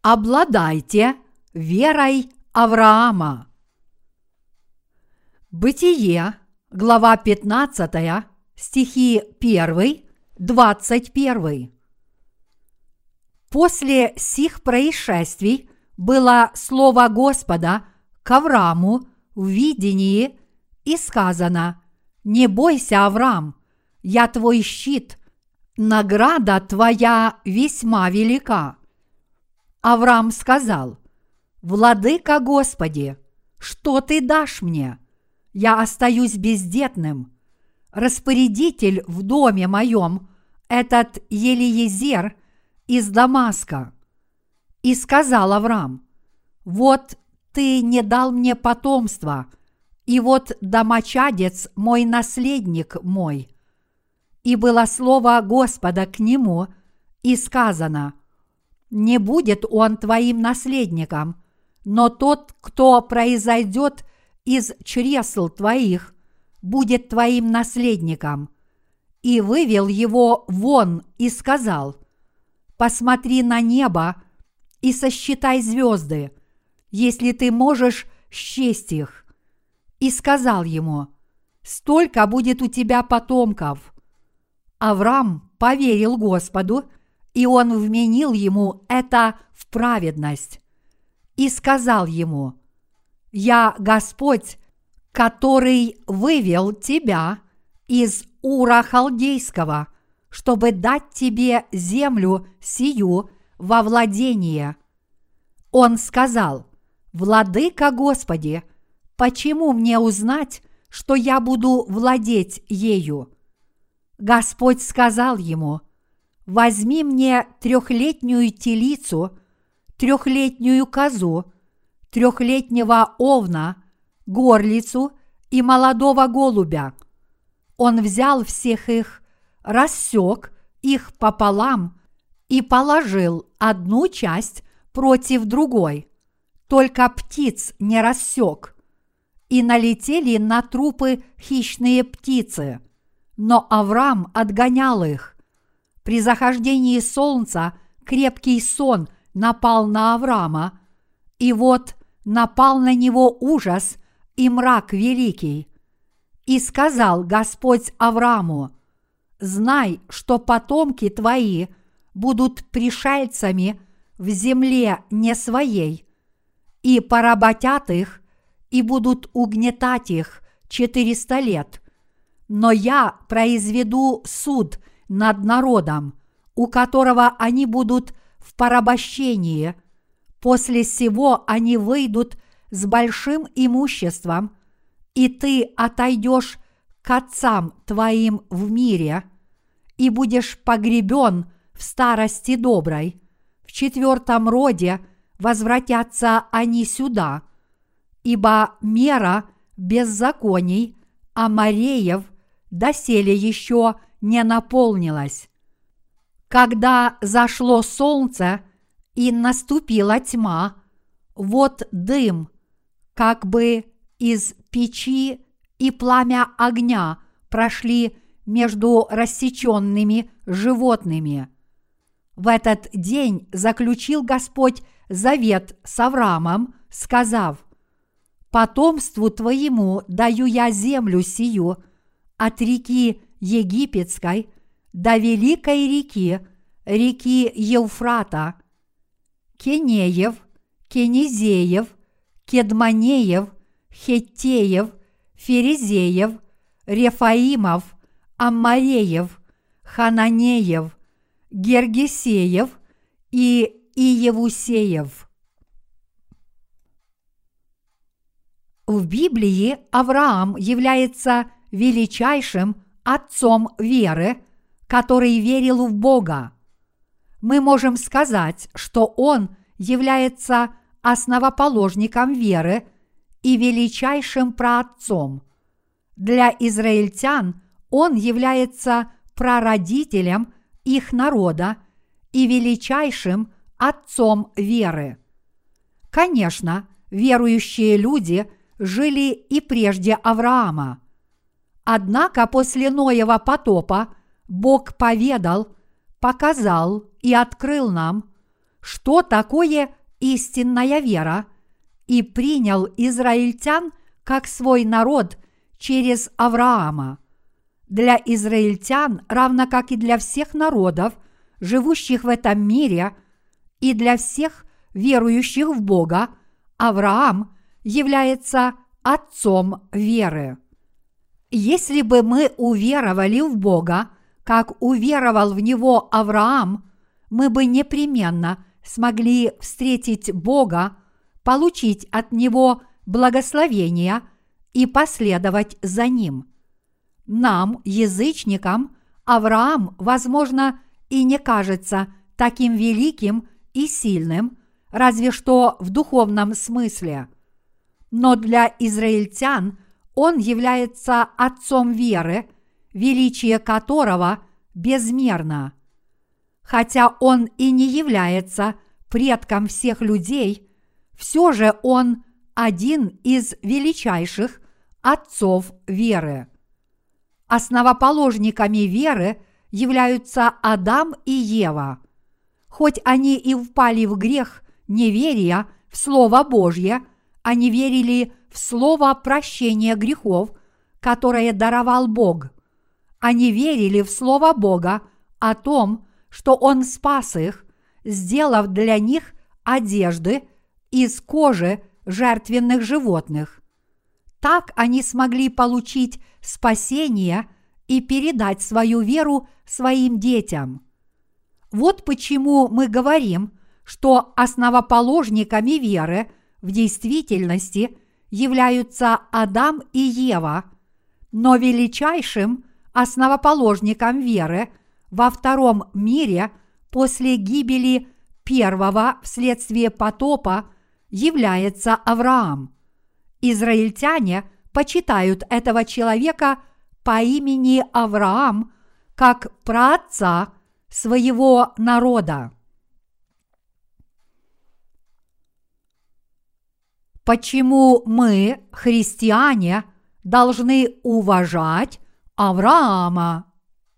обладайте верой Авраама. Бытие, глава 15, стихи 1, 21. После сих происшествий было слово Господа к Аврааму в видении, и сказано: «Не бойся, Авраам, я твой щит, награда твоя весьма велика». Авраам сказал: «Владыка Господи, что ты дашь мне? Я остаюсь бездетным. Распорядитель в доме моем – этот Елиезер из Дамаска». И сказал Авраам: «Вот ты не дал мне потомства, и вот домочадец мой наследник мой». И было слово Господа к нему, и сказано: «Не будет он твоим наследником, но тот, кто произойдет из чресл твоих, будет твоим наследником». И вывел его вон и сказал: «Посмотри на небо и сосчитай звезды, если ты можешь счесть их». И сказал ему: «Столько будет у тебя потомков». Авраам поверил Господу, и он вменил ему это в праведность. И сказал ему: «Я Господь, который вывел тебя из Ура Халдейского, чтобы дать тебе землю сию во владение». Он сказал: «Владыка Господи, почему мне узнать, что я буду владеть ею?» Господь сказал ему: «Возьми мне 3-летнюю телицу, 3-летнюю козу, 3-летнего овна, горлицу и молодого голубя». Он взял всех их, рассек их пополам и положил одну часть против другой, только птиц не рассек. И налетели на трупы хищные птицы, но Авраам отгонял их. При захождении солнца крепкий сон напал на Авраама, и вот напал на него ужас и мрак великий. И сказал Господь Аврааму: «Знай, что потомки твои будут пришельцами в земле не своей, и поработят их, и будут угнетать их 400 лет. Но я произведу суд над народом, у которого они будут в порабощении. После сего они выйдут с большим имуществом, и ты отойдешь к отцам твоим в мире, и будешь погребен в старости доброй. В 4-м роде возвратятся они сюда, ибо мера беззаконий Амореев доселе еще не наполнилась». Когда зашло солнце и наступила тьма, вот дым, как бы из печи, и пламя огня прошли между рассеченными животными. В этот день заключил Господь завет с Авраамом, сказав: «Потомству твоему даю я землю сию от реки Египетской до великой реки, реки Евфрата, Кенеев, Кенезеев, Кедманеев, Хеттеев, Ферезеев, Рефаимов, Аммареев, Хананеев, Гергесеев и Иевусеев». В Библии Авраам является величайшим отцом веры, который верил в Бога. Мы можем сказать, что он является основоположником веры и величайшим праотцом. Для израильтян он является прародителем их народа и величайшим отцом веры. Конечно, верующие люди жили и прежде Авраама. Однако после Ноева потопа Бог поведал, показал и открыл нам, что такое истинная вера, и принял израильтян как свой народ через Авраама. Для израильтян, равно как и для всех народов, живущих в этом мире, и для всех верующих в Бога, Авраам является отцом веры. Если бы мы уверовали в Бога, как уверовал в Него Авраам, мы бы непременно смогли встретить Бога, получить от Него благословения и последовать за Ним. Нам, язычникам, Авраам, возможно, и не кажется таким великим и сильным, разве что в духовном смысле. Но для израильтян он является отцом веры, величие которого безмерно. Хотя он и не является предком всех людей, все же он один из величайших отцов веры. Основоположниками веры являются Адам и Ева. Хоть они и впали в грех неверия в Слово Божье, они верили в Слово прощения грехов, которое даровал Бог. Они верили в Слово Бога о том, что Он спас их, сделав для них одежды из кожи жертвенных животных. Так они смогли получить спасение и передать свою веру своим детям. Вот почему мы говорим, что основоположниками веры в действительности являются Адам и Ева, но величайшим основоположником веры во втором мире после гибели первого вследствие потопа является Авраам. Израильтяне почитают этого человека по имени Авраам как праотца своего народа. Почему мы, христиане, должны уважать Авраама?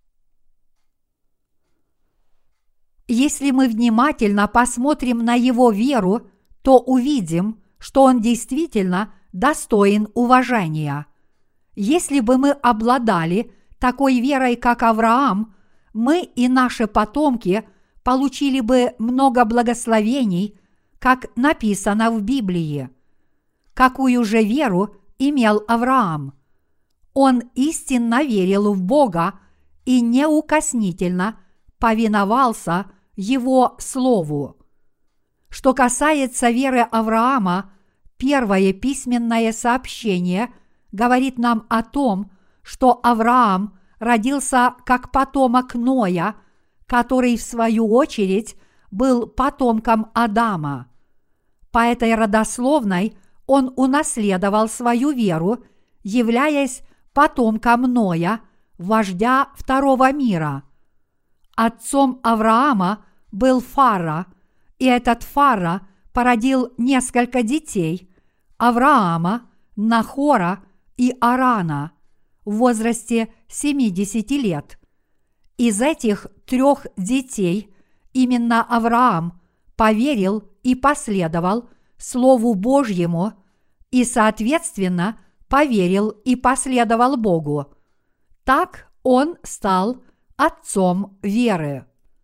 Если мы внимательно посмотрим на его веру, то увидим, что он действительно достоин уважения. Если бы мы обладали такой верой, как Авраам, мы и наши потомки получили бы много благословений, как написано в Библии. Какую же веру имел Авраам? Он истинно верил в Бога и неукоснительно повиновался Его Слову. Что касается веры Авраама, первое письменное сообщение говорит нам о том, что Авраам родился как потомок Ноя, который, в свою очередь, был потомком Адама. По этой родословной он унаследовал свою веру, являясь потомком Ноя, вождя второго мира. Отцом Авраама был Фара, и этот Фара породил несколько детей – Авраама, Нахора и Арана в возрасте 70 лет. Из этих 3 детей именно Авраам поверил и последовал Слову Божьему и, соответственно, поверил и последовал Богу. Так он стал отцом веры.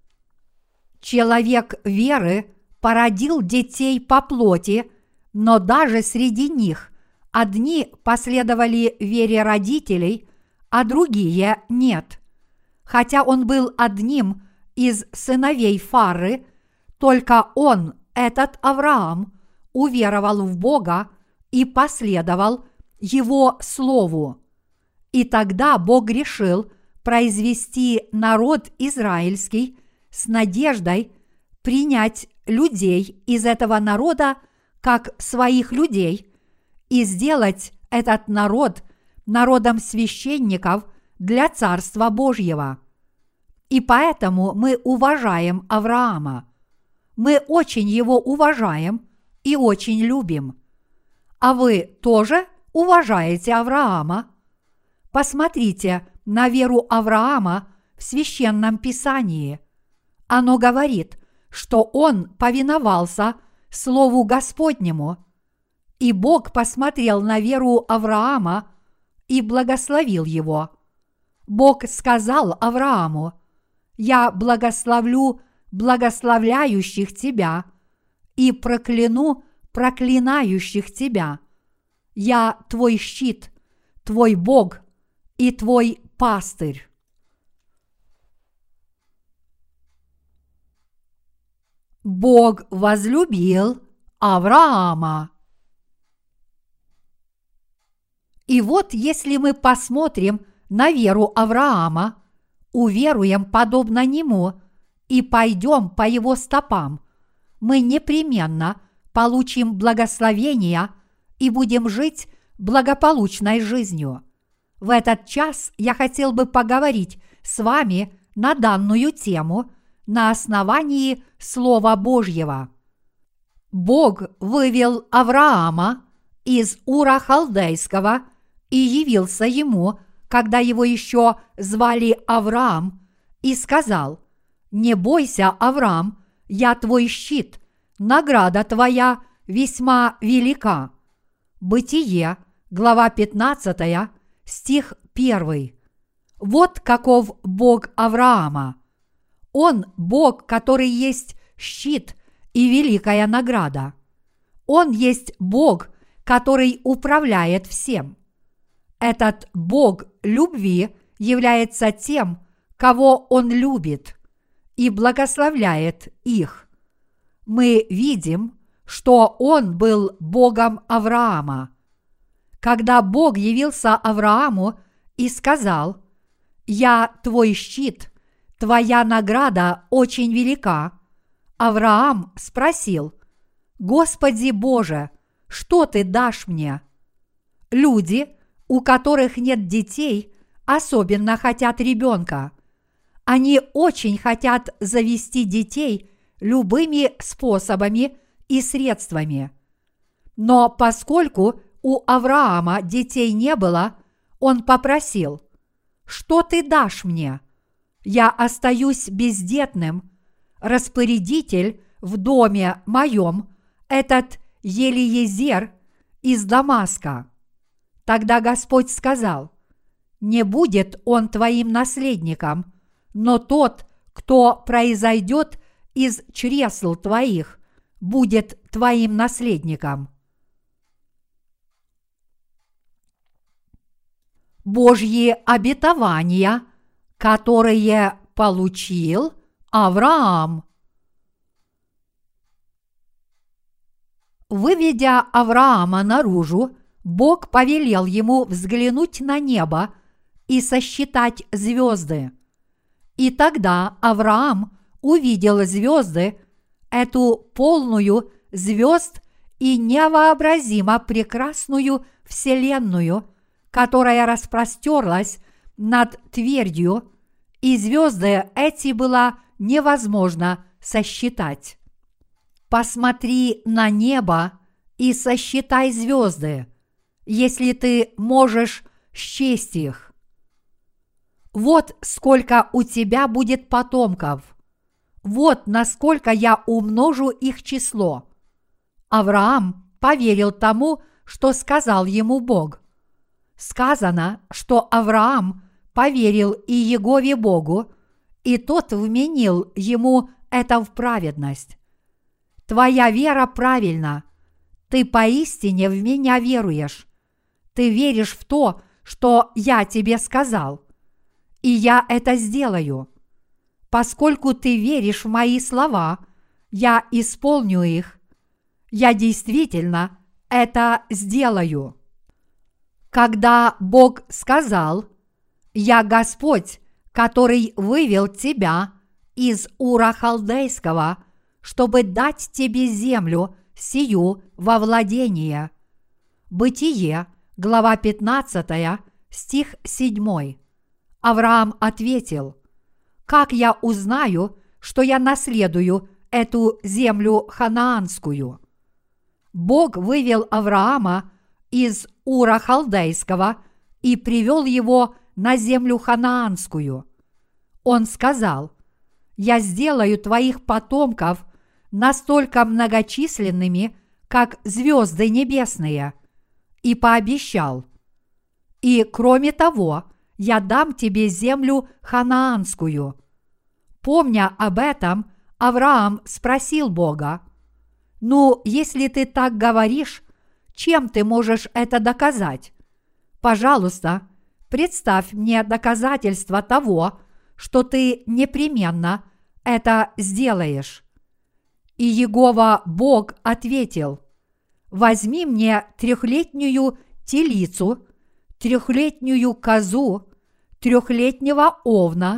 Человек веры породил детей по плоти, но даже среди них одни последовали вере родителей, а другие нет. Хотя он был одним из сыновей Фары, только он, этот Авраам, уверовал в Бога и последовал Его Слову. И тогда Бог решил произвести народ израильский с надеждой принять людей из этого народа как своих людей и сделать этот народ народом священников для Царства Божьего. И поэтому мы уважаем Авраама. Мы очень его уважаем и очень любим. А вы тоже уважаете Авраама? Посмотрите на веру Авраама в Священном Писании. Оно говорит, что он повиновался Слову Господнему. И Бог посмотрел на веру Авраама и благословил его. Бог сказал Аврааму: «Я благословлю благословляющих тебя и прокляну проклинающих тебя. Я твой щит, твой Бог и твой пастырь». Бог возлюбил Авраама. И вот если мы посмотрим на веру Авраама, уверуем подобно нему и пойдем по его стопам, мы непременно получим благословение и будем жить благополучной жизнью. В этот час я хотел бы поговорить с вами на данную тему на основании Слова Божьего. Бог вывел Авраама из Ура Халдейского и явился ему, когда его еще звали Авраам, и сказал: «Не бойся, Авраам, я твой щит, награда твоя весьма велика». Бытие, глава 15, стих 1. Вот каков Бог Авраама. Он Бог, который есть щит и великая награда. Он есть Бог, который управляет всем. Этот Бог любви является тем, кого Он любит, и благословляет их. Мы видим, что Он был Богом Авраама. Когда Бог явился Аврааму и сказал: «Я твой щит, твоя награда очень велика», Авраам спросил: «Господи Боже, что ты дашь мне?» Люди, у которых нет детей, особенно хотят ребенка. Они очень хотят завести детей любыми способами и средствами. Но поскольку у Авраама детей не было, он попросил: «Что ты дашь мне? Я остаюсь бездетным. Распорядитель в доме моем – этот Елиезер из Дамаска». Тогда Господь сказал: «Не будет он твоим наследником, но тот, кто произойдет из чресл твоих, будет твоим наследником». Божьи обетования, которые получил Авраам. Выведя Авраама наружу, Бог повелел ему взглянуть на небо и сосчитать звезды. И тогда Авраам увидел звезды, эту полную звезд и невообразимо прекрасную вселенную, которая распростерлась над твердью, и звезды эти было невозможно сосчитать. Посмотри на небо и сосчитай звезды, если ты можешь счесть их. Вот сколько у тебя будет потомков. Вот насколько я умножу их число. Авраам поверил тому, что сказал ему Бог. Сказано, что Авраам поверил и Егове Богу, и тот вменил ему это в праведность. Твоя вера правильна. Ты поистине в меня веруешь. Ты веришь в то, что я тебе сказал. И я это сделаю. Поскольку ты веришь в мои слова, я исполню их. Я действительно это сделаю. Когда Бог сказал: «Я Господь, который вывел тебя из Ура Халдейского, чтобы дать тебе землю сию во владение». Бытие, глава 15, стих 7. Авраам ответил: «Как я узнаю, что я наследую эту землю ханаанскую?» Бог вывел Авраама из Ура Халдейского и привел его на землю ханаанскую. Он сказал: я сделаю твоих потомков настолько многочисленными, как звезды небесные, и пообещал. И кроме того, я дам тебе землю ханаанскую. Помня об этом, Авраам спросил Бога: «Ну, если ты так говоришь, чем ты можешь это доказать? Пожалуйста, представь мне доказательство того, что ты непременно это сделаешь». И Егова Бог ответил: «Возьми мне 3-летнюю телицу, 3-летнюю козу, 3-летнего овна,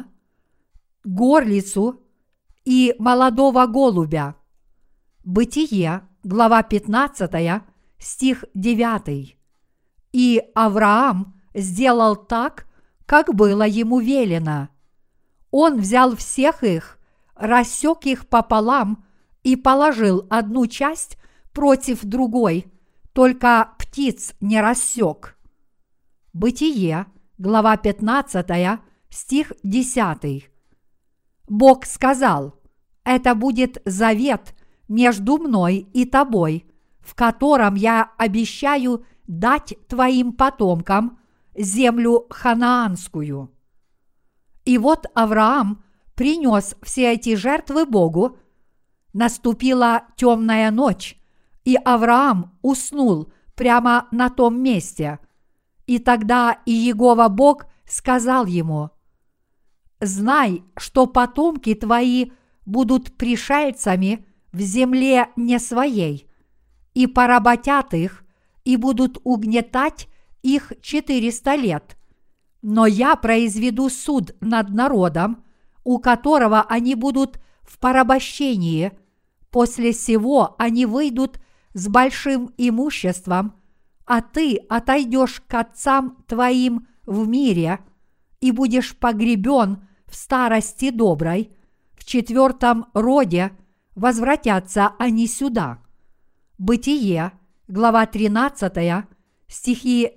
горлицу и молодого голубя». Бытие, глава 15, стих 9. И Авраам сделал так, как было ему велено. Он взял всех их, рассек их пополам и положил одну часть против другой, только птиц не рассек. Бытие, глава 15, стих 10. Бог сказал: «Это будет завет между мной и тобой, в котором я обещаю дать твоим потомкам землю ханаанскую». И вот Авраам принес все эти жертвы Богу. Наступила темная ночь, и Авраам уснул прямо на том месте. И тогда Иегова Бог сказал ему: «Знай, что потомки твои будут пришельцами в земле не своей, и поработят их, и будут угнетать их 400 лет. Но я произведу суд над народом, у которого они будут в порабощении. После сего они выйдут с большим имуществом, а ты отойдешь к отцам твоим в мире и будешь погребен в старости доброй. В 4 роде возвратятся они сюда». Бытие, глава 13, стихи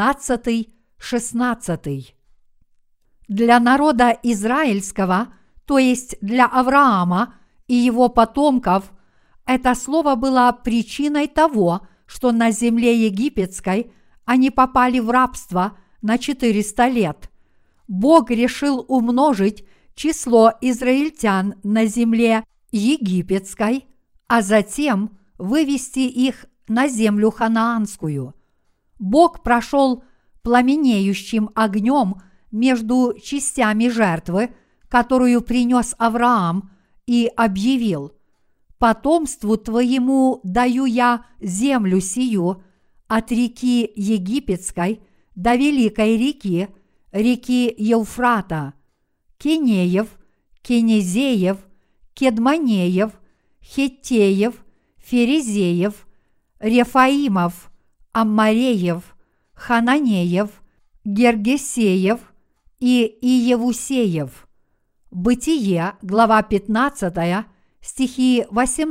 13-16. Для народа израильского, то есть для Авраама и его потомков, это слово было причиной того, что на земле египетской они попали в рабство на 400 лет. Бог решил умножить число израильтян на земле египетской, а затем вывести их на землю ханаанскую. Бог прошел пламенеющим огнем между частями жертвы, которую принес Авраам, и объявил: «Потомству твоему даю я землю сию от реки Египетской до великой реки, реки Евфрата, Кинеев, Кенезеев, Кедманеев, Хеттеев, Ферезеев, Рефаимов, Аммареев, Хананеев, Гергесеев и Иевусеев». Бытие, глава 15, стихи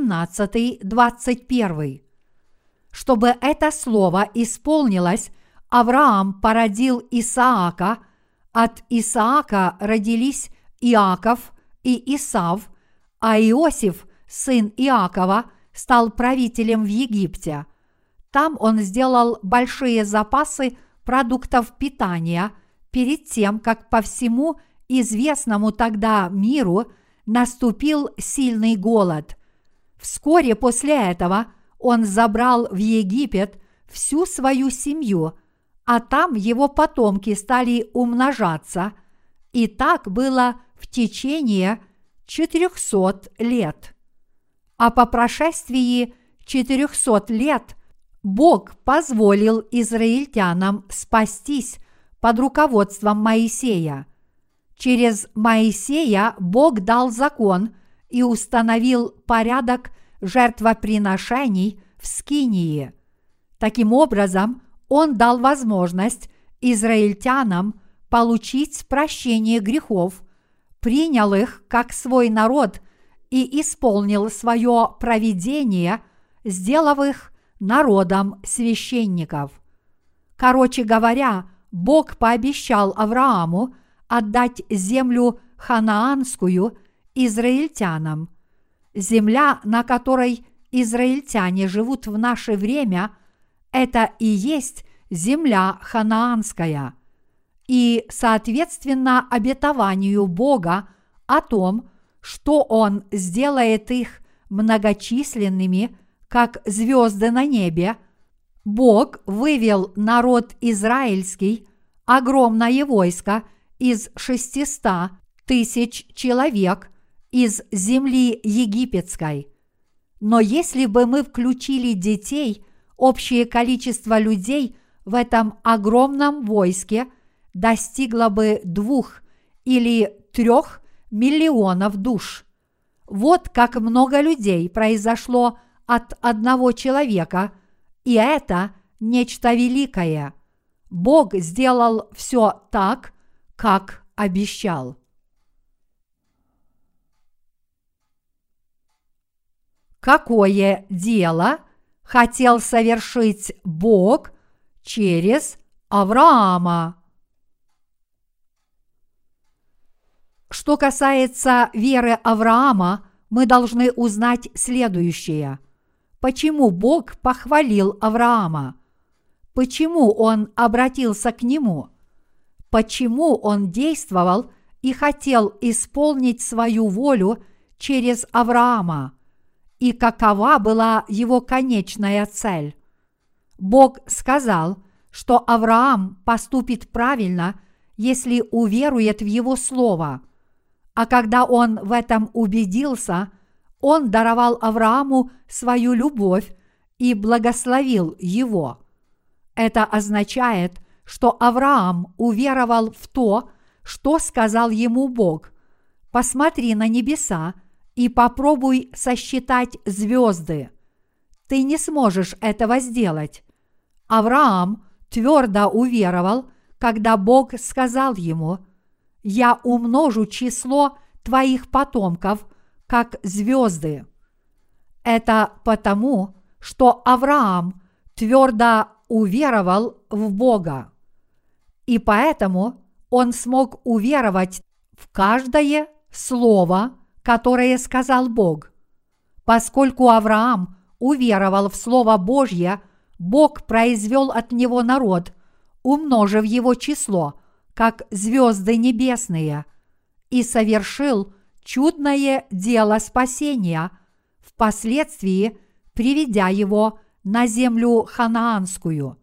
18-21. Чтобы это слово исполнилось, Авраам породил Исаака, от Исаака родились Иаков и Исав, а Иосиф, сын Иакова, стал правителем в Египте. Там он сделал большие запасы продуктов питания перед тем, как по всему известному тогда миру наступил сильный голод. Вскоре после этого он забрал в Египет всю свою семью, а там его потомки стали умножаться, и так было в течение 400 лет. А по прошествии 400 лет Бог позволил израильтянам спастись под руководством Моисея. Через Моисея Бог дал закон и установил порядок жертвоприношений в Скинии. Таким образом, Он дал возможность израильтянам получить прощение грехов, принял их как свой народ и исполнил свое провидение, сделав их народом священников. Короче говоря, Бог пообещал Аврааму отдать землю ханаанскую израильтянам. Земля, на которой израильтяне живут в наше время, это и есть земля ханаанская. И соответственно обетованию Бога о том, что Он сделает их многочисленными, как звезды на небе, Бог вывел народ израильский, огромное войско из 600 тысяч человек из земли египетской. Но если бы мы включили детей, общее количество людей в этом огромном войске достигло бы 2 или 3 миллионов душ. Вот как много людей произошло от одного человека, и это нечто великое. Бог сделал все так, как обещал. Какое дело хотел совершить Бог через Авраама? Что касается веры Авраама, мы должны узнать следующее. Почему Бог похвалил Авраама? Почему Он обратился к нему? Почему Он действовал и хотел исполнить свою волю через Авраама? И какова была его конечная цель? Бог сказал, что Авраам поступит правильно, если уверует в Его Слово. А когда он в этом убедился, Он даровал Аврааму свою любовь и благословил его. Это означает, что Авраам уверовал в то, что сказал ему Бог. Посмотри на небеса и попробуй сосчитать звезды. Ты не сможешь этого сделать. Авраам твердо уверовал, когда Бог сказал ему: «Я умножу число твоих потомков, как звезды». Это потому, что Авраам твердо уверовал в Бога. И поэтому он смог уверовать в каждое слово, которое сказал Бог. Поскольку Авраам уверовал в Слово Божье, Бог произвел от него народ, умножив его число, как звезды небесные, и совершил чудное дело спасения, впоследствии приведя его на землю ханаанскую.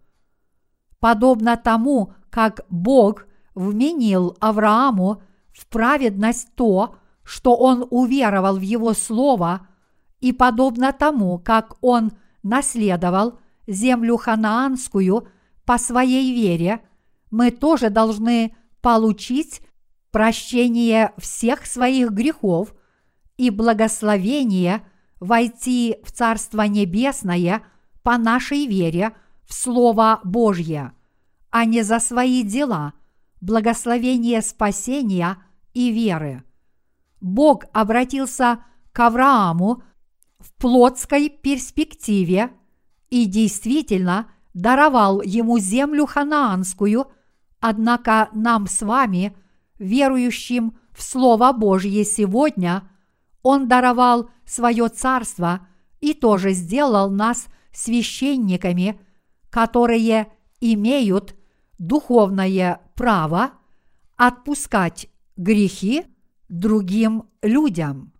Подобно тому, как Бог вменил Аврааму в праведность то, что он уверовал в Его Слово, и подобно тому, как он наследовал землю ханаанскую по своей вере, мы тоже должны получить прощение всех своих грехов и благословение войти в Царство Небесное по нашей вере в Слово Божье, а не за свои дела, благословение спасения и веры. Бог обратился к Аврааму в плотской перспективе и действительно даровал ему землю ханаанскую, однако нам с вами, верующим в Слово Божье сегодня, Он даровал свое царство и тоже сделал нас священниками, которые имеют духовное право отпускать грехи другим людям.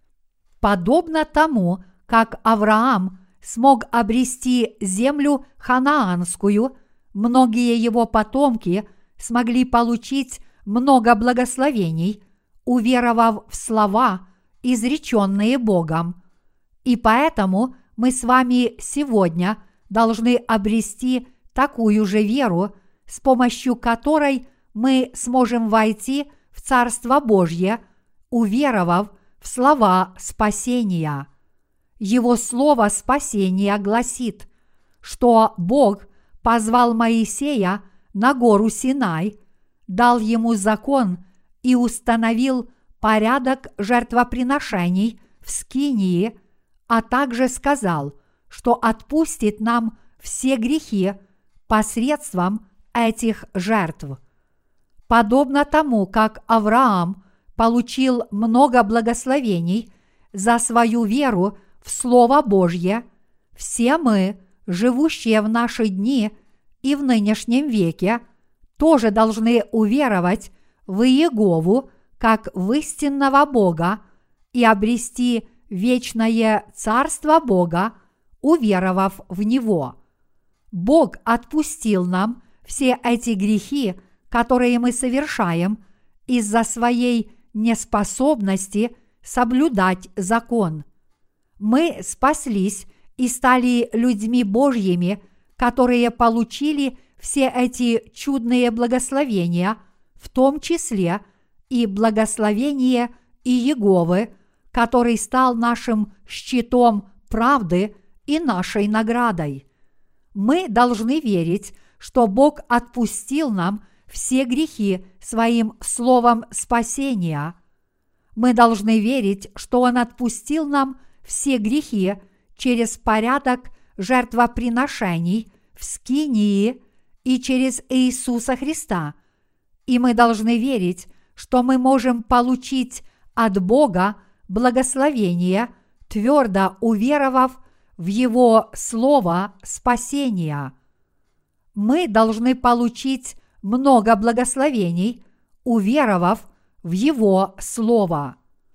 Подобно тому, как Авраам смог обрести землю ханаанскую, многие его потомки смогли получить много благословений, уверовав в слова, изреченные Богом. И поэтому мы с вами сегодня должны обрести такую же веру, с помощью которой мы сможем войти в Царство Божье, уверовав в слова спасения. Его слово спасения гласит, что Бог позвал Моисея на гору Синай, дал ему закон и установил порядок жертвоприношений в Скинии, а также сказал, что отпустит нам все грехи посредством этих жертв. Подобно тому, как Авраам получил много благословений за свою веру в Слово Божье, все мы, живущие в наши дни и в нынешнем веке, тоже должны уверовать в Иегову как в истинного Бога и обрести вечное Царство Бога, уверовав в Него. Бог отпустил нам все эти грехи, которые мы совершаем из-за своей неспособности соблюдать закон. Мы спаслись и стали людьми Божьими, которые получили все эти чудные благословения, в том числе и благословение Иеговы, который стал нашим щитом правды и нашей наградой. Мы должны верить, что Бог отпустил нам все грехи своим словом спасения. Мы должны верить, что Он отпустил нам все грехи через порядок жертвоприношений в Скинии и через Иисуса Христа. И мы должны верить, что мы можем получить от Бога благословение, твердо уверовав в Его Слово спасения. Мы должны получить много благословений, уверовав в Его Слово.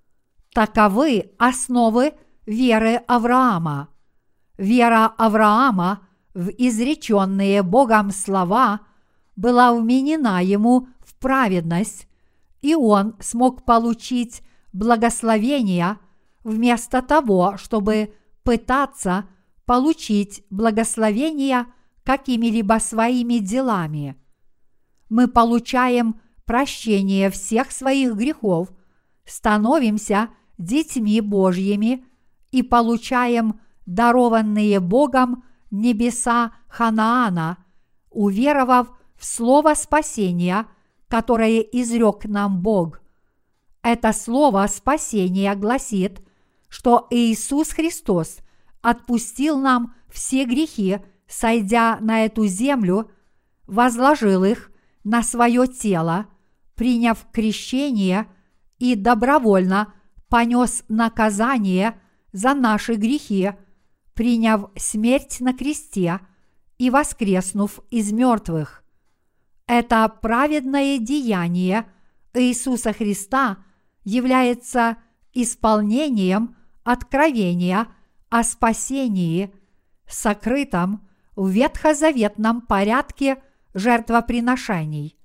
Таковы основы веры Авраама. Вера Авраама в изреченные Богом слова была вменена ему в праведность, и он смог получить благословения вместо того, чтобы пытаться получить благословения какими-либо своими делами. Мы получаем прощение всех своих грехов, становимся детьми Божьими и получаем дарованные Богом небеса Ханаана, уверовав в слово спасения, которое изрек нам Бог. Это слово спасения гласит, что Иисус Христос отпустил нам все грехи, сойдя на эту землю, возложил их на свое тело, приняв крещение и добровольно понес наказание за наши грехи, приняв смерть на кресте и воскреснув из мертвых. Это праведное деяние Иисуса Христа является исполнением откровения о спасении, сокрытом в ветхозаветном порядке жертвоприношений.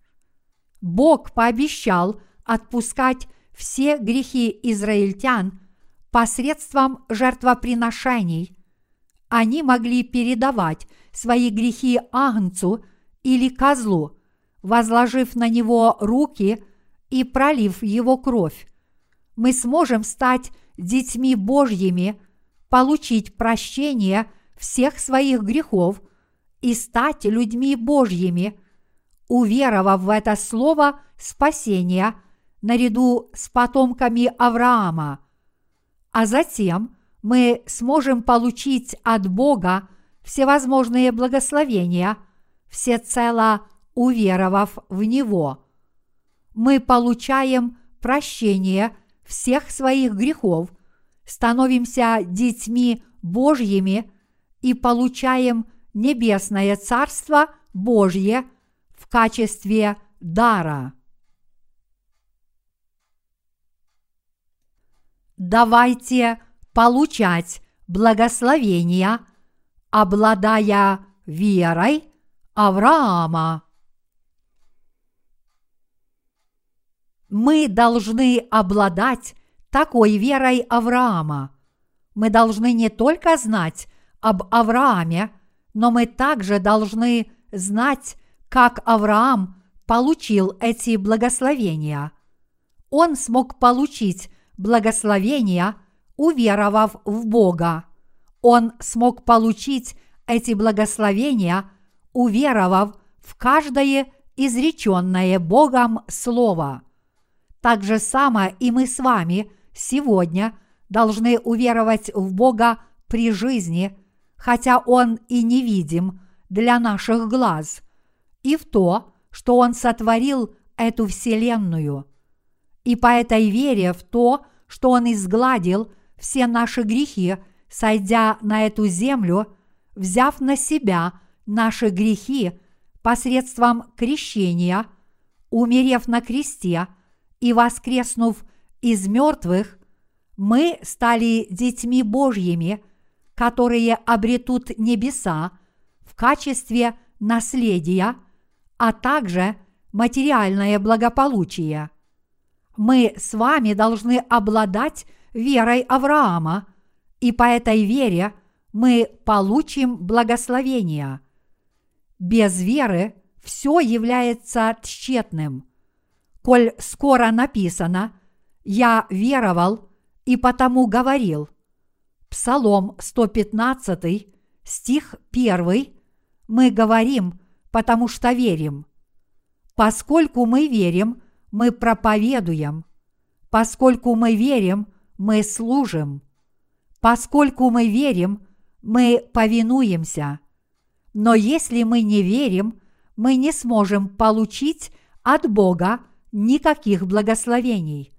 Бог пообещал отпускать все грехи израильтян посредством жертвоприношений. Они могли передавать свои грехи агнцу или козлу, возложив на него руки и пролив его кровь. Мы сможем стать детьми Божьими, получить прощение всех своих грехов и стать людьми Божьими, уверовав в это слово спасения наряду с потомками Авраама. А затем мы сможем получить от Бога всевозможные благословения, всецело уверовав в Него. Мы получаем прощение всех своих грехов, становимся детьми Божьими и получаем небесное Царство Божье в качестве дара. Давайте получать благословения, обладая верой Авраама. Мы должны обладать такой верой Авраама. Мы должны не только знать об Аврааме, но мы также должны знать, как Авраам получил эти благословения. Он смог получить благословения, уверовав в Бога. Он смог получить эти благословения, уверовав в каждое изреченное Богом слово. Так же само и мы с вами сегодня должны уверовать в Бога при жизни, хотя Он и невидим для наших глаз, и в то, что Он сотворил эту вселенную. И по этой вере в то, что Он изгладил все наши грехи, сойдя на эту землю, взяв на себя наши грехи посредством крещения, умерев на кресте и воскреснув из мертвых, мы стали детьми Божьими, которые обретут небеса в качестве наследия, а также материальное благополучие. Мы с вами должны обладать верой Авраама, и по этой вере мы получим благословение. Без веры все является тщетным. Коль скоро написано «Я веровал и потому говорил». Псалом 115, стих 1, мы говорим, потому что верим. Поскольку мы верим, мы проповедуем. Поскольку мы верим, мы служим. Поскольку мы верим, мы повинуемся. Но если мы не верим, мы не сможем получить от Бога никаких благословений.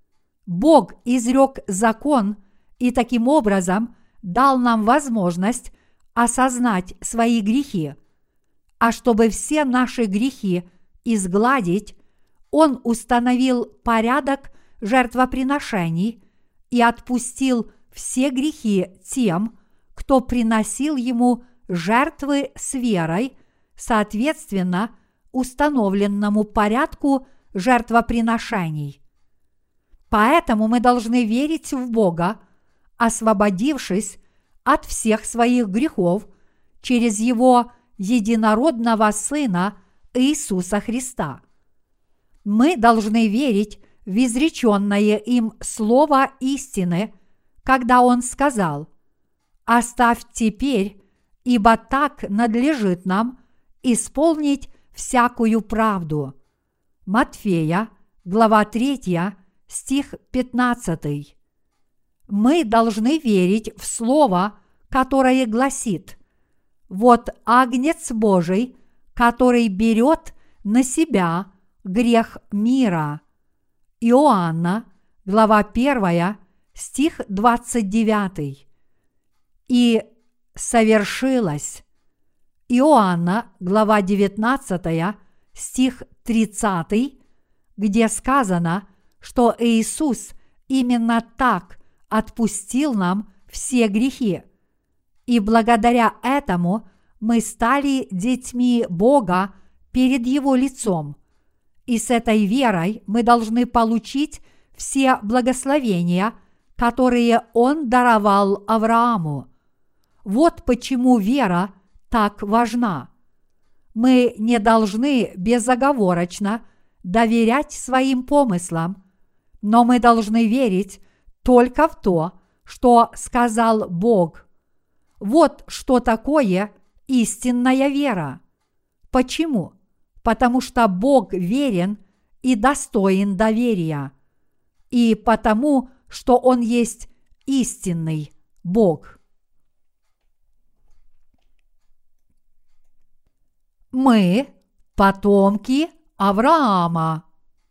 Бог изрек закон и таким образом дал нам возможность осознать свои грехи. А чтобы все наши грехи изгладить, Он установил порядок жертвоприношений и отпустил все грехи тем, кто приносил Ему жертвы с верой, соответственно установленному порядку жертвоприношений. Поэтому мы должны верить в Бога, освободившись от всех своих грехов через Его единородного Сына Иисуса Христа. Мы должны верить в изреченное им слово истины, когда Он сказал: «Оставь теперь, ибо так надлежит нам исполнить всякую правду». Матфея, глава 3, стих 15. Мы должны верить в слово, которое гласит: «Вот Агнец Божий, который берет на себя грех мира». Иоанна, глава 1, стих 29. И совершилось. Иоанна, глава 19, стих 30, где сказано, что Иисус именно так отпустил нам все грехи. И благодаря этому мы стали детьми Бога перед Его лицом. И с этой верой мы должны получить все благословения, которые Он даровал Аврааму. Вот почему вера так важна. Мы не должны безоговорочно доверять своим помыслам, но мы должны верить только в то, что сказал Бог. Вот что такое истинная вера. Почему? Потому что Бог верен и достоин доверия, и потому, что Он есть истинный Бог. Мы – потомки Авраама.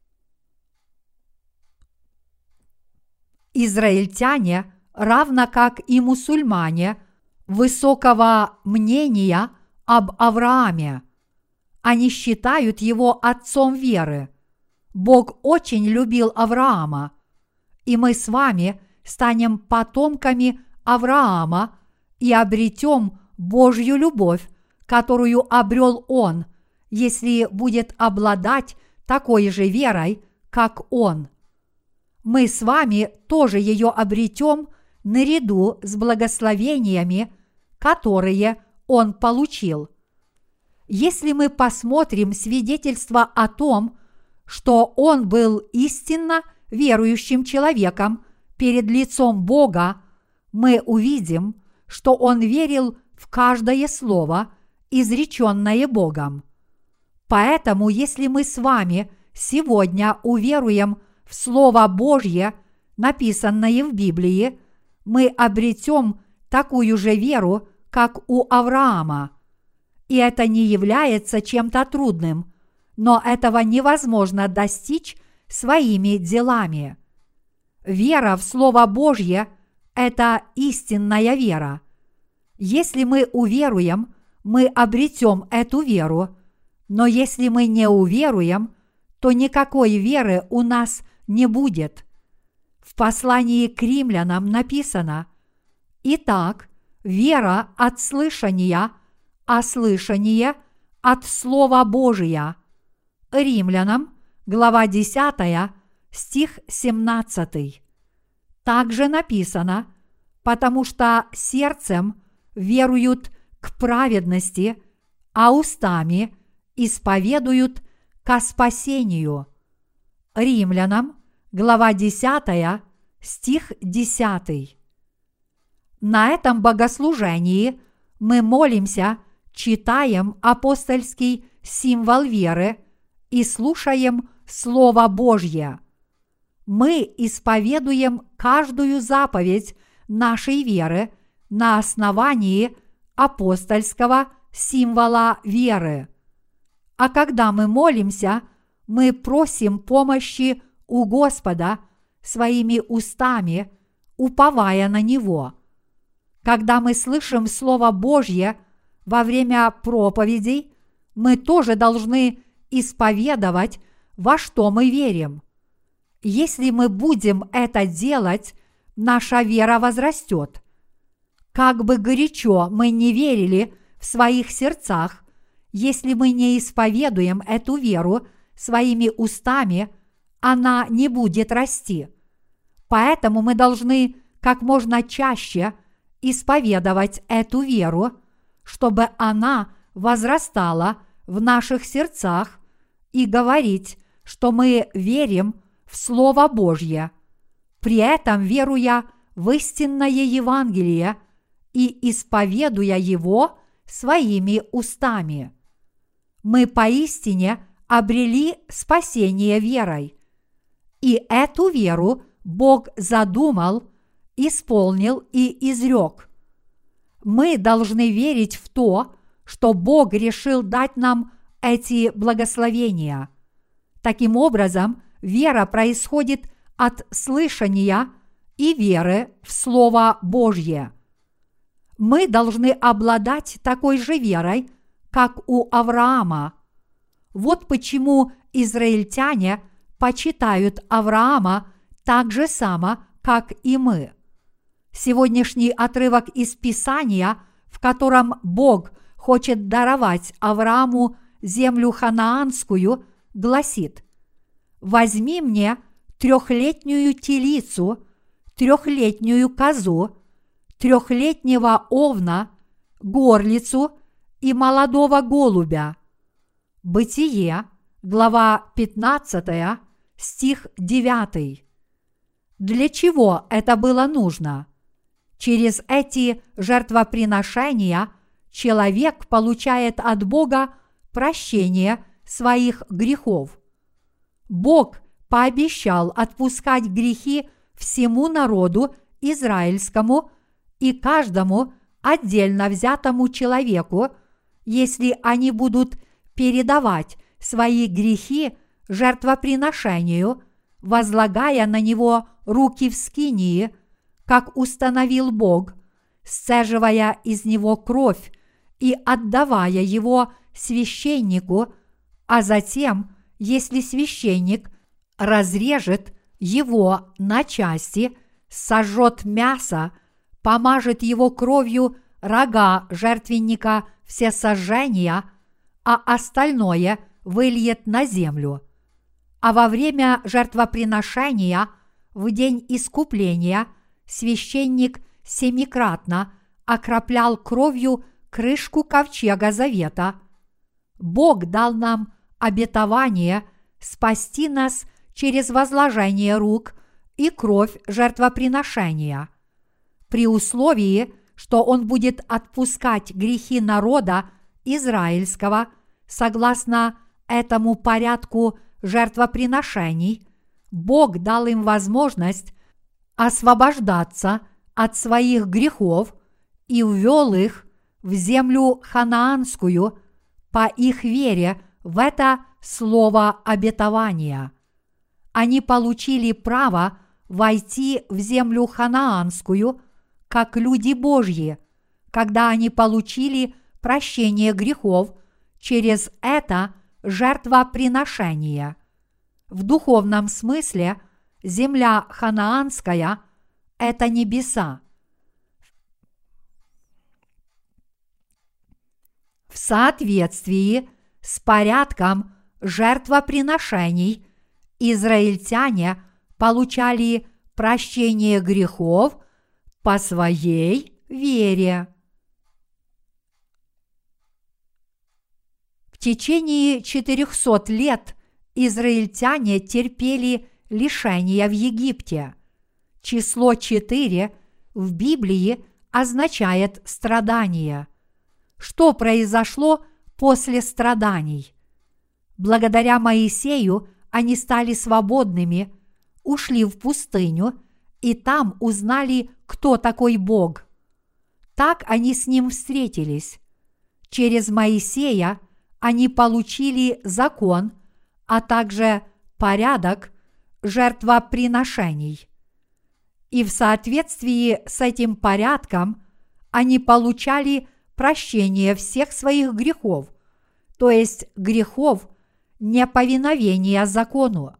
Израильтяне, равно как и мусульмане, высокого мнения об Аврааме. Они считают его отцом веры. Бог очень любил Авраама, и мы с вами станем потомками Авраама и обретем Божью любовь, которую обрел он, если будет обладать такой же верой, как он. Мы с вами тоже ее обретем наряду с благословениями, которые он получил. Если мы посмотрим свидетельство о том, что он был истинно верующим человеком перед лицом Бога, мы увидим, что он верил в каждое слово, изреченное Богом. Поэтому, если мы с вами сегодня уверуем в Слово Божье, написанное в Библии, мы обретем такую же веру, как у Авраама. И это не является чем-то трудным, но этого невозможно достичь своими делами. Вера в Слово Божье – это истинная вера. Если мы уверуем, мы обретем эту веру, но если мы не уверуем, то никакой веры у нас не будет. В послании к римлянам написано: «Итак, вера от слышания, а слышание от Слова Божия». Римлянам, глава 10, стих 17. Также написано: «Потому что сердцем веруют к праведности, а устами исповедуют ко спасению». Римлянам, глава 10, стих 10. На этом богослужении мы молимся, читаем апостольский символ веры и слушаем Слово Божье. Мы исповедуем каждую заповедь нашей веры на основании апостольского символа веры. А когда мы молимся, мы просим помощи у Господа своими устами, уповая на Него. Когда мы слышим Слово Божье во время проповедей, мы тоже должны исповедовать, во что мы верим. Если мы будем это делать, наша вера возрастет. Как бы горячо мы не верили в своих сердцах, если мы не исповедуем эту веру своими устами, она не будет расти. Поэтому мы должны как можно чаще исповедовать эту веру, чтобы она возрастала в наших сердцах, и говорить, что мы верим в Слово Божье, при этом веруя в истинное Евангелие и исповедуя его своими устами. Мы поистине обрели спасение верой, и эту веру Бог задумал, исполнил и изрек. Мы должны верить в то, что Бог решил дать нам эти благословения. Таким образом, вера происходит от слышания и веры в Слово Божье. Мы должны обладать такой же верой, как у Авраама. Вот почему израильтяне почитают Авраама так же само, как и мы. Сегодняшний отрывок из Писания, в котором Бог хочет даровать Аврааму землю ханаанскую, гласит: «Возьми мне 3-летнюю телицу, 3-летнюю козу, 3-летнего овна, горлицу и молодого голубя». Бытие, глава 15, стих 9. Для чего это было нужно? Через эти жертвоприношения человек получает от Бога прощение своих грехов. Бог пообещал отпускать грехи всему народу израильскому и каждому отдельно взятому человеку, если они будут передавать свои грехи жертвоприношению, возлагая на него руки в скинии, как установил Бог, сцеживая из него кровь и отдавая его священнику, а затем, если священник разрежет его на части, сожжет мясо, помажет его кровью рога жертвенника всесожжения, а остальное выльет на землю. А во время жертвоприношения, в день искупления, священник 7-кратно окроплял кровью крышку ковчега завета. Бог дал нам обетование спасти нас через возложение рук и кровь жертвоприношения. При условии, что Он будет отпускать грехи народа израильского согласно этому порядку жертвоприношений, Бог дал им возможность освобождаться от своих грехов и ввел их в землю ханаанскую по их вере в это слово обетования. они получили право войти в землю ханаанскую, как люди Божьи, когда они получили прощение грехов через это жертвоприношение. В духовном смысле земля ханаанская – это небеса. В соответствии с порядком жертвоприношений израильтяне получали прощение грехов по своей вере. В течение 400 лет израильтяне терпели лишения в Египте. Число 4 в Библии означает страдание. Что произошло после страданий? Благодаря Моисею они стали свободными, ушли в пустыню и там узнали, кто такой Бог. Так они с Ним встретились. Через Моисея они получили закон, а также порядок жертвоприношений. И в соответствии с этим порядком они получали прощение всех своих грехов, то есть грехов неповиновения закону.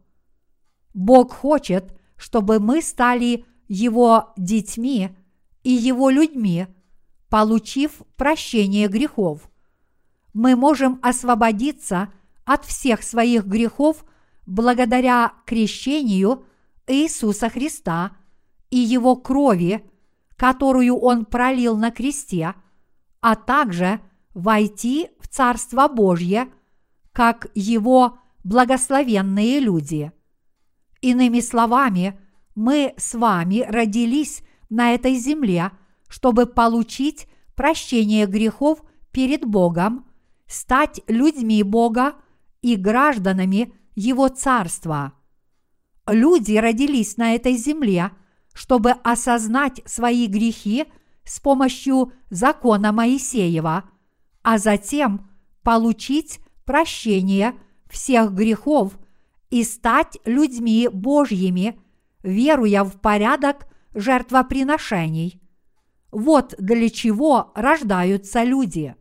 Бог хочет, чтобы мы стали Его детьми и Его людьми, получив прощение грехов. Мы можем освободиться от всех своих грехов благодаря крещению Иисуса Христа и Его крови, которую Он пролил на кресте, а также войти в Царство Божье, как Его благословенные люди. Иными словами, мы с вами родились на этой земле, чтобы получить прощение грехов перед Богом, стать людьми Бога и гражданами Его Царства. Люди родились на этой земле, чтобы осознать свои грехи с помощью закона Моисеева, а затем получить прощение всех грехов и стать людьми Божьими, веруя в порядок жертвоприношений. Вот для чего рождаются люди.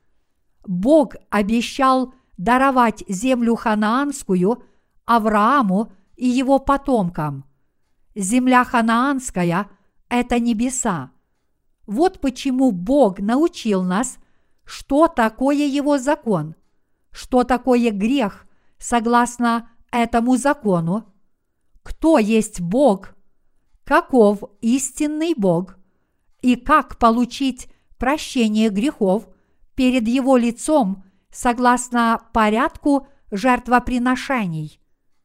Бог обещал даровать землю ханаанскую Аврааму и его потомкам. Земля ханаанская – это небеса. Вот почему Бог научил нас, что такое Его закон, что такое грех согласно этому закону, кто есть Бог, каков истинный Бог и как получить прощение грехов перед Его лицом согласно порядку жертвоприношений.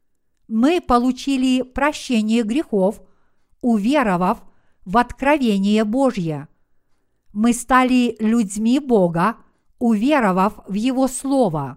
Мы получили прощение грехов, уверовав в откровение Божье. Мы стали людьми Бога, уверовав в Его Слово.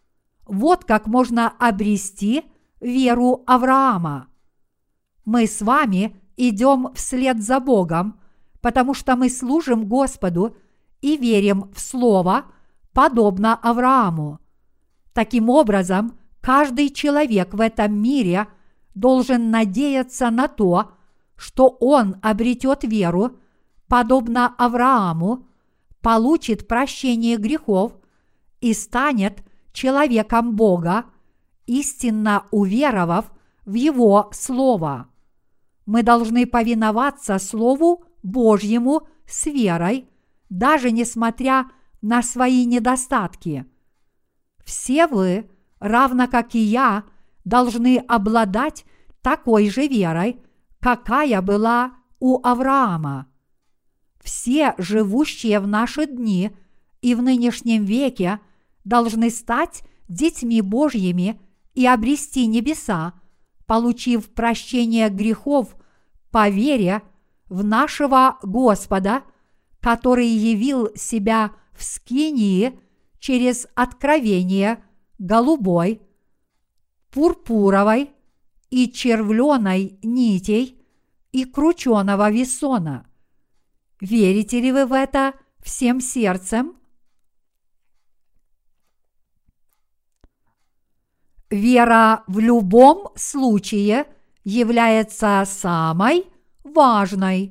Вот как можно обрести веру Авраама. Мы с вами идем вслед за Богом, потому что мы служим Господу и верим в Слово, подобно Аврааму. Таким образом, каждый человек в этом мире должен надеяться на то, что он обретет веру, подобно Аврааму, получит прощение грехов и станет человеком Бога, истинно уверовав в Его Слово. Мы должны повиноваться Слову Божьему с верой, даже несмотря на свои недостатки. Все вы, равно как и я, должны обладать такой же верой, какая была у Авраама. Все живущие в наши дни и в нынешнем веке должны стать детьми Божьими и обрести небеса, получив прощение грехов по вере в нашего Господа, который явил себя в Скинии через откровение голубой, пурпуровой и червленой нитей и крученого весона. Верите ли вы в это всем сердцем? Вера в любом случае является самой важной.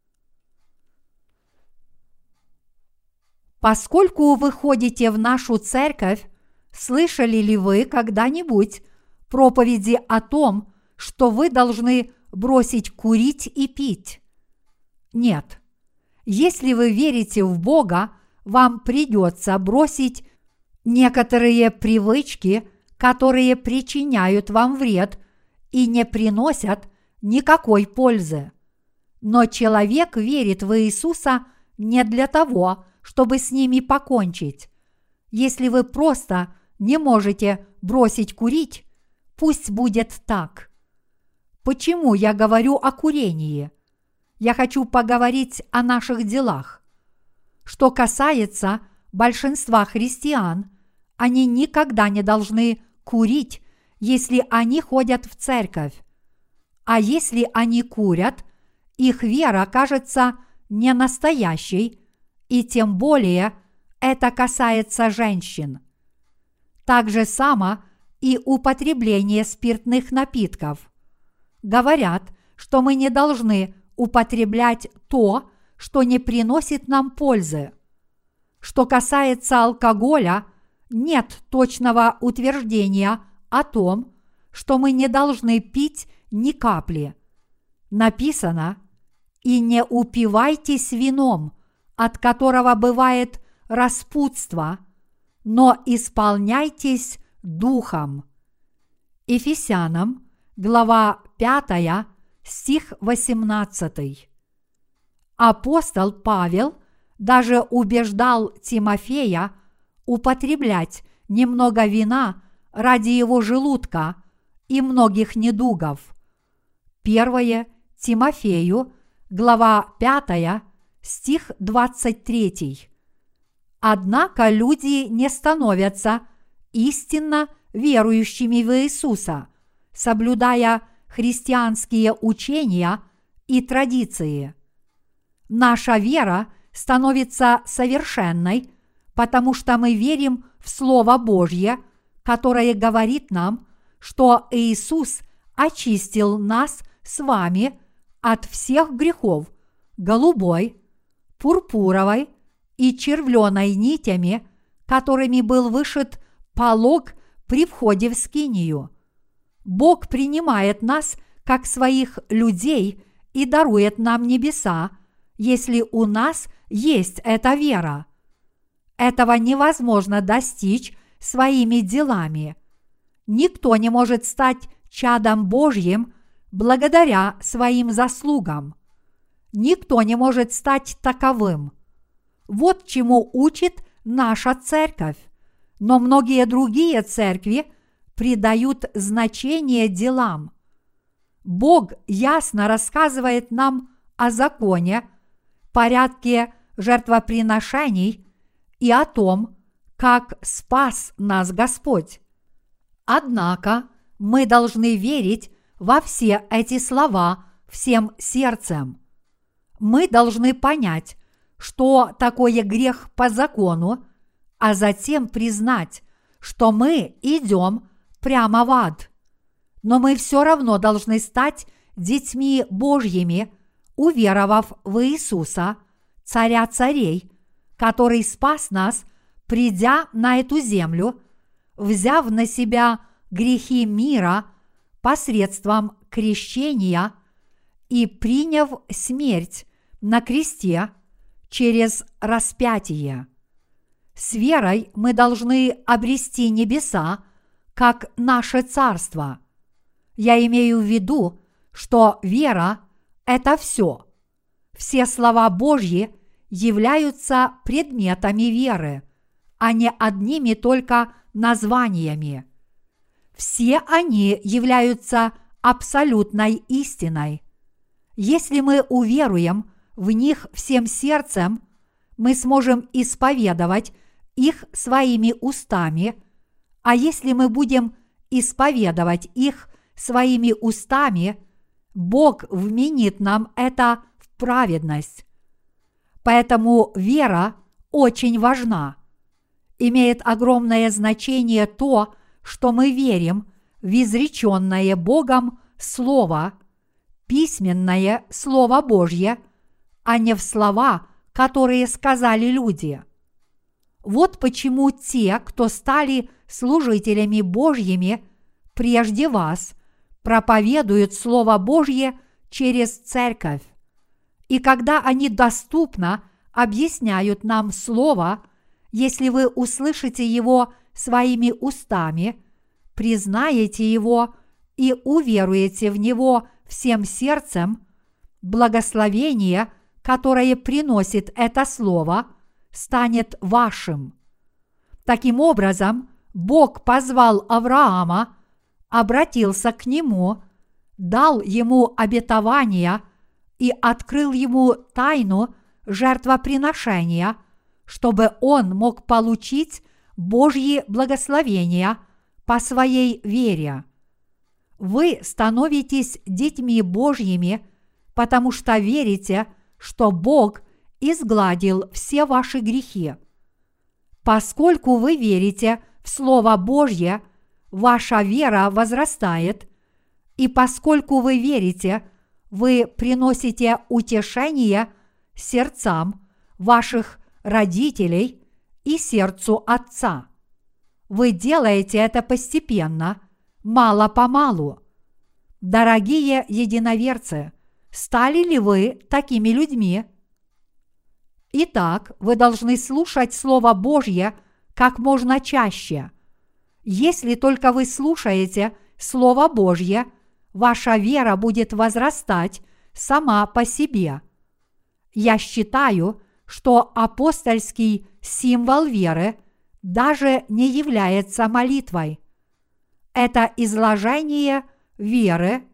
Поскольку вы ходите в нашу церковь, слышали ли вы когда-нибудь проповеди о том, что вы должны бросить курить и пить? Нет. Если вы верите в Бога, вам придется бросить некоторые привычки, которые причиняют вам вред и не приносят никакой пользы. Но человек верит в Иисуса не для того, чтобы с ними покончить. Если вы просто не можете бросить курить, пусть будет так. Почему я говорю о курении? Я хочу поговорить о наших делах. Что касается большинства христиан, они никогда не должны курить, если они ходят в церковь. А если они курят, их вера кажется ненастоящей, и тем более это касается женщин. Так же само и употребление спиртных напитков. Говорят, что мы не должны употреблять то, что не приносит нам пользы. Что касается алкоголя, нет точного утверждения о том, что мы не должны пить ни капли. Написано: «И не упивайтесь вином, от которого бывает распутство, но исполняйтесь духом». Ефесянам, глава 5, стих 18. Апостол Павел даже убеждал Тимофея употреблять немного вина ради его желудка и многих недугов. 1 Тимофею, глава 5, стих 23. Однако люди не становятся истинно верующими в Иисуса, соблюдая христианские учения и традиции. Наша вера становится совершенной, потому что мы верим в Слово Божье, которое говорит нам, что Иисус очистил нас с вами от всех грехов голубой, пурпуровой и червленой нитями, которыми был вышит полог при входе в скинию. Бог принимает нас как своих людей и дарует нам небеса, если у нас есть эта вера. Этого невозможно достичь своими делами. Никто не может стать чадом Божьим благодаря своим заслугам. Никто не может стать таковым. Вот чему учит наша церковь. Но многие другие церкви придают значение делам. Бог ясно рассказывает нам о законе, порядке жертвоприношений и о том, как спас нас Господь. Однако мы должны верить во все эти слова всем сердцем. Мы должны понять, что такое грех по закону, а затем признать, что мы идем прямо в ад. Но мы все равно должны стать детьми Божьими, уверовав в Иисуса, Царя царей, который спас нас, придя на эту землю, взяв на себя грехи мира посредством крещения и приняв смерть на кресте через распятие. С верой мы должны обрести небеса, как наше царство. Я имею в виду, что вера – это все. Все слова Божьи являются предметами веры, а не одними только названиями. Все они являются абсолютной истиной. Если мы уверуем в них всем сердцем, мы сможем исповедовать их своими устами, а если мы будем исповедовать их своими устами, Бог вменит нам это в праведность. Поэтому вера очень важна. Имеет огромное значение то, что мы верим в изреченное Богом Слово, письменное Слово Божье, а не в слова, которые сказали люди. Вот почему те, кто стали служителями Божьими прежде вас, проповедуют Слово Божье через церковь. И когда они доступно объясняют нам Слово, если вы услышите его своими устами, признаете его и уверуете в него всем сердцем, благословение, которое приносит это Слово, станет вашим. Таким образом, Бог позвал Авраама, обратился к нему, дал ему обетование и открыл ему тайну жертвоприношения, чтобы он мог получить Божьи благословения по своей вере. Вы становитесь детьми Божьими, потому что верите, что Бог изгладил все ваши грехи. Поскольку вы верите в Слово Божье, ваша вера возрастает, и поскольку вы верите, вы приносите утешение сердцам ваших родителей и сердцу Отца. Вы делаете это постепенно, мало-помалу. Дорогие единоверцы, стали ли вы такими людьми? Итак, вы должны слушать Слово Божье как можно чаще. Если только вы слушаете Слово Божье, ваша вера будет возрастать сама по себе. Я считаю, что апостольский символ веры даже не является молитвой. Это изложение веры.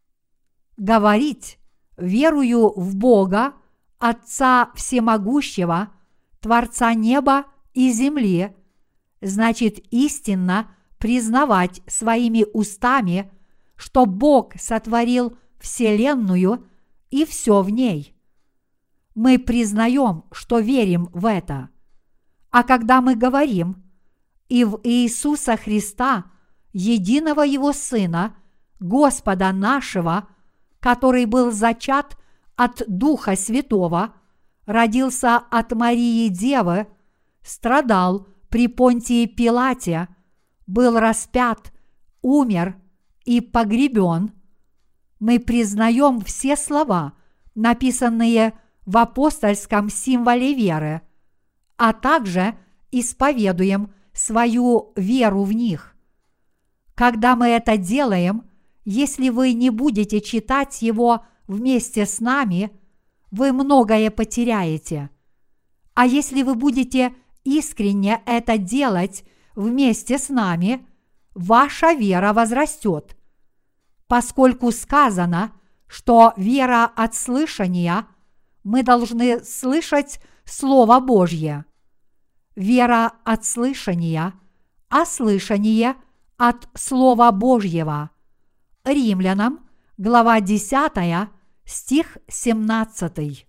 Говорить «верую в Бога, Отца Всемогущего, Творца неба и земли», значит истинно признавать своими устами, что Бог сотворил Вселенную и все в ней. Мы признаем, что верим в это. А когда мы говорим «и в Иисуса Христа, единого Его Сына, Господа нашего, который был зачат от Духа Святого, родился от Марии Девы, страдал при Понтии Пилате, был распят, умер и погребен», мы признаем все слова, написанные в апостольском символе веры, а также исповедуем свою веру в них. Когда мы это делаем, если вы не будете читать его вместе с нами, вы многое потеряете. А если вы будете искренне это делать вместе с нами, ваша вера возрастет. Поскольку сказано, что вера от слышания, мы должны слышать Слово Божье. Вера от слышания, а слышание от Слова Божьего. Римлянам, глава 10, стих 17.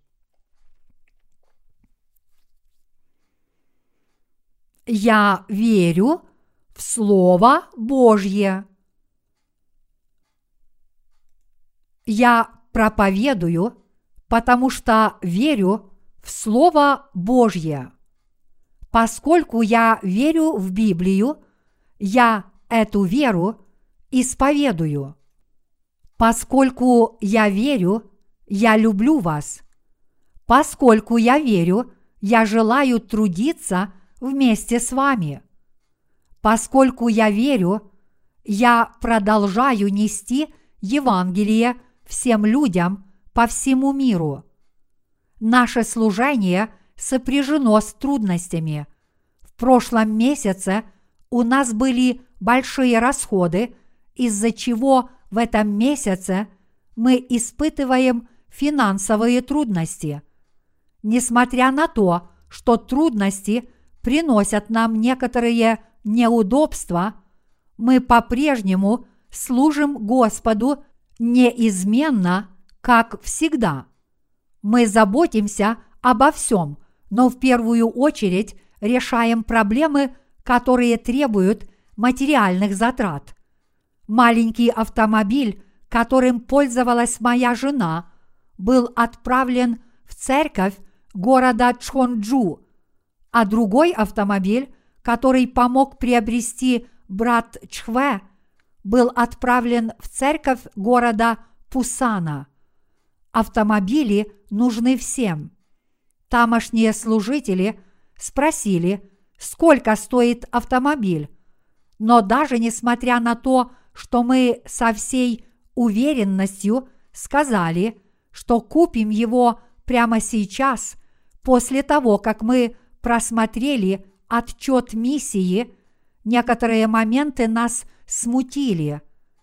Я верю в Слово Божье. Я проповедую, потому что верю в Слово Божье. Поскольку я верю в Библию, я эту веру исповедую. Поскольку я верю, я люблю вас. Поскольку я верю, я желаю трудиться вместе с вами. Поскольку я верю, я продолжаю нести Евангелие всем людям по всему миру. Наше служение сопряжено с трудностями. В прошлом месяце у нас были большие расходы, из-за чего в этом месяце мы испытываем финансовые трудности. Несмотря на то, что трудности приносят нам некоторые неудобства, мы по-прежнему служим Господу неизменно, как всегда. Мы заботимся обо всем, но в первую очередь решаем проблемы, которые требуют материальных затрат. Маленький автомобиль, которым пользовалась моя жена, был отправлен в церковь города Чхонджу, а другой автомобиль, который помог приобрести брат Чхве, был отправлен в церковь города Пусана. Автомобили нужны всем. Тамошние служители спросили, сколько стоит автомобиль, но даже несмотря на то, что мы со всей уверенностью сказали, что купим его прямо сейчас, после того, как мы просмотрели отчет миссии, некоторые моменты нас смутили.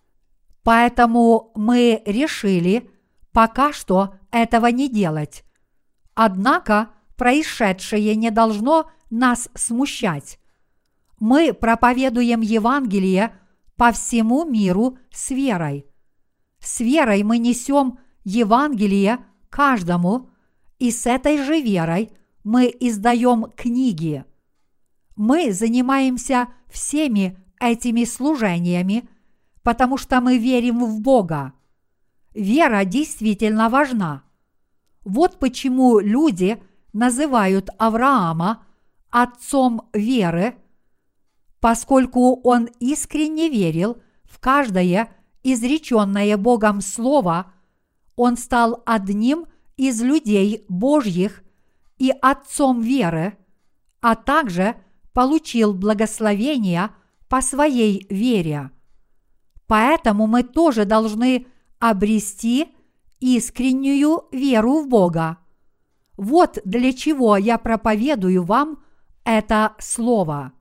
Поэтому мы решили пока что этого не делать. Однако происшедшее не должно нас смущать. Мы проповедуем Евангелие по всему миру с верой. С верой мы несем Евангелие каждому, и с этой же верой мы издаем книги. Мы занимаемся всеми этими служениями, потому что мы верим в Бога. Вера действительно важна. Вот почему люди называют Авраама отцом веры, поскольку он искренне верил в каждое изреченное Богом слово, он стал одним из людей Божьих и отцом веры, а также получил благословения по своей вере. Поэтому мы тоже должны обрести искреннюю веру в Бога. Вот для чего я проповедую вам это слово.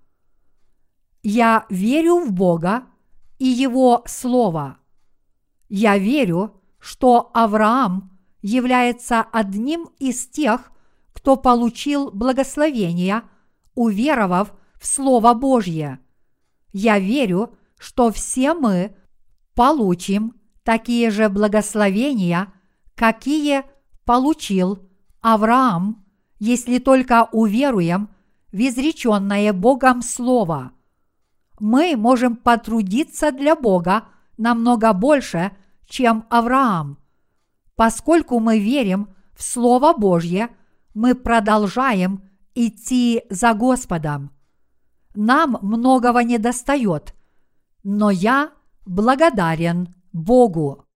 Я верю в Бога и Его Слово. Я верю, что Авраам является одним из тех, кто получил благословения, уверовав в Слово Божье. Я верю, что все мы получим такие же благословения, какие получил Авраам, если только уверуем в изреченное Богом Слово. Мы можем потрудиться для Бога намного больше, чем Авраам. Поскольку мы верим в Слово Божье, мы продолжаем идти за Господом. Нам многого недостает, но я благодарен Богу.